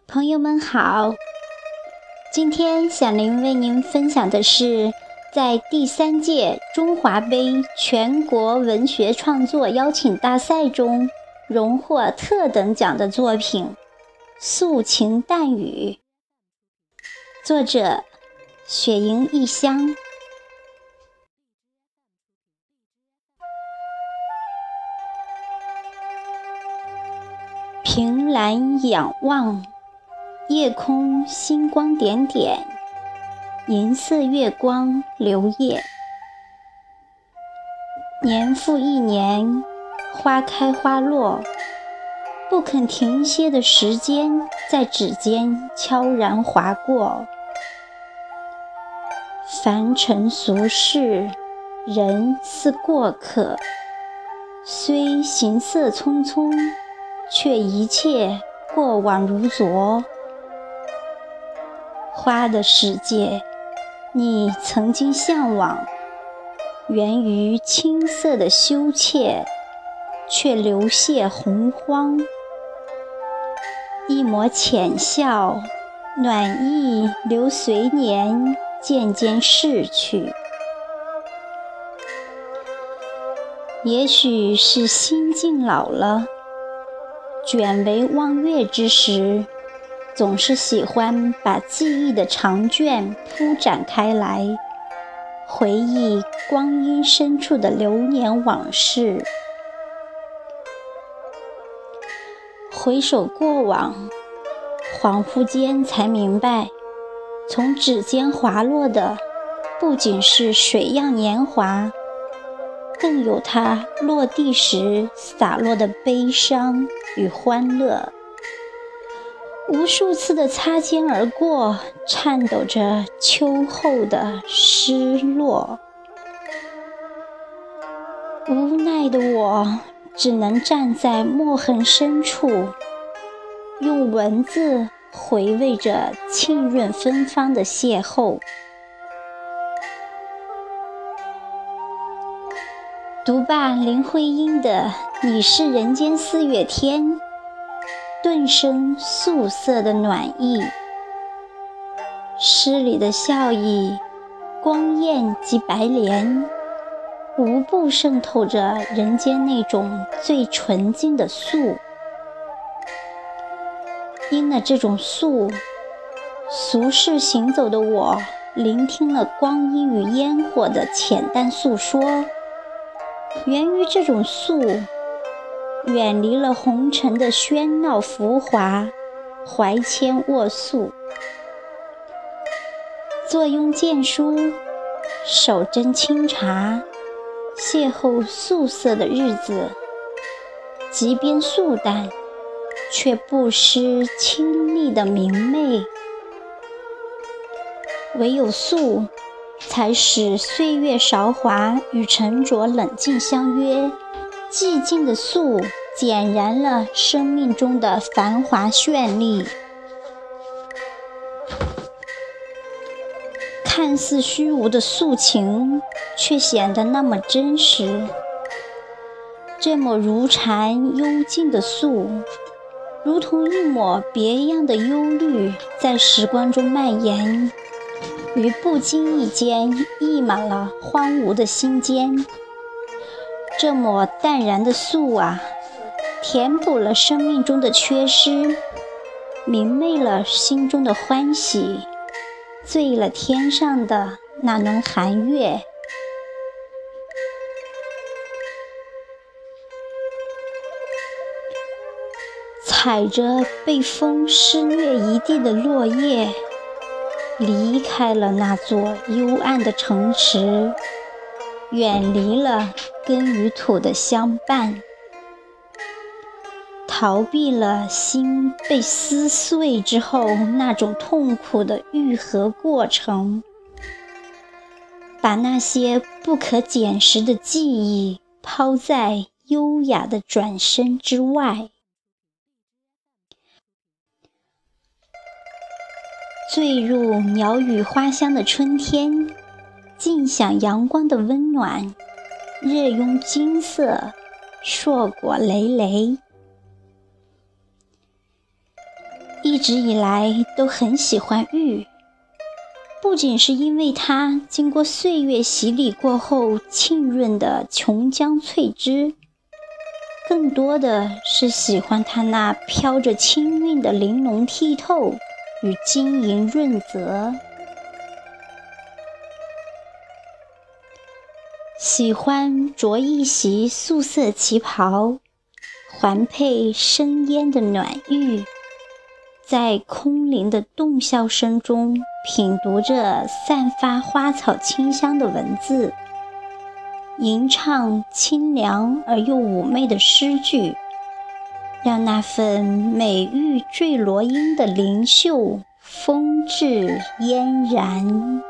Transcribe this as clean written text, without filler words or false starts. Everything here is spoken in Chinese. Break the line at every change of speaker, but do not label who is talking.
朋友们好，今天小林为您分享的是在第3届中华杯全国文学创作邀请大赛中荣获特等奖的作品《素琴淡语》，作者雪莹异乡。凭栏仰望，夜空星光点点，银色月光流曳。年复一年，花开花落，不肯停歇的时间在指尖悄然划过。凡尘俗世，人似过客，虽行色匆匆，却一切过往如昨。花的世界，你曾经向往，源于青涩的羞怯，却流泻洪荒。一抹浅笑，暖意流随年渐渐逝去。也许是心境老了，卷为望月之时，总是喜欢把记忆的长卷铺展开来，回忆光阴深处的流年往事。回首过往，恍惚间才明白，从指尖滑落的不仅是水样年华，更有它落地时洒落的悲伤与欢乐。无数次的擦肩而过，颤抖着秋后的失落。无奈的我，只能站在墨痕深处，用文字回味着沁润芬芳的邂逅。读罢林徽因的《你是人间四月天》，顿生素色的暖意。诗里的笑意、光艳及白莲，无不渗透着人间那种最纯净的素。因了这种素，俗世行走的我，聆听了光阴与烟火的浅淡诉说。源于这种素，远离了红尘的喧闹浮华，怀谦卧素。坐拥剑书，手斟清茶，邂逅素色的日子，即便素淡，却不失清丽的明媚。唯有素，才使岁月韶华与沉着冷静相约，寂静的素点燃了生命中的繁华绚丽。看似虚无的素情，却显得那么真实。这么如禅幽静的素，如同一抹别样的忧虑，在时光中蔓延，于不经意间溢满了荒芜的心间。这抹淡然的素啊，填补了生命中的缺失，明媚了心中的欢喜，醉了天上的那轮寒月。踩着被风施虐一地的落叶，离开了那座幽暗的城池，远离了根与土的相伴，逃避了心被撕碎之后那种痛苦的愈合过程，把那些不可捡拾的记忆抛在优雅的转身之外。醉入鸟语花香的春天，尽享阳光的温暖，热拥金色，硕果累累。 一直以来都很喜欢玉，不仅是因为它经过岁月洗礼过后沁润的琼浆翠汁，更多的是喜欢它那飘着清韵的玲珑剔透与晶莹润泽。喜欢着一袭素色旗袍，环佩生烟的暖玉，在空灵的洞箫声中品读着散发花草清香的文字，吟唱清凉而又妩媚的诗句，让那份美玉坠罗音的灵秀风致嫣然。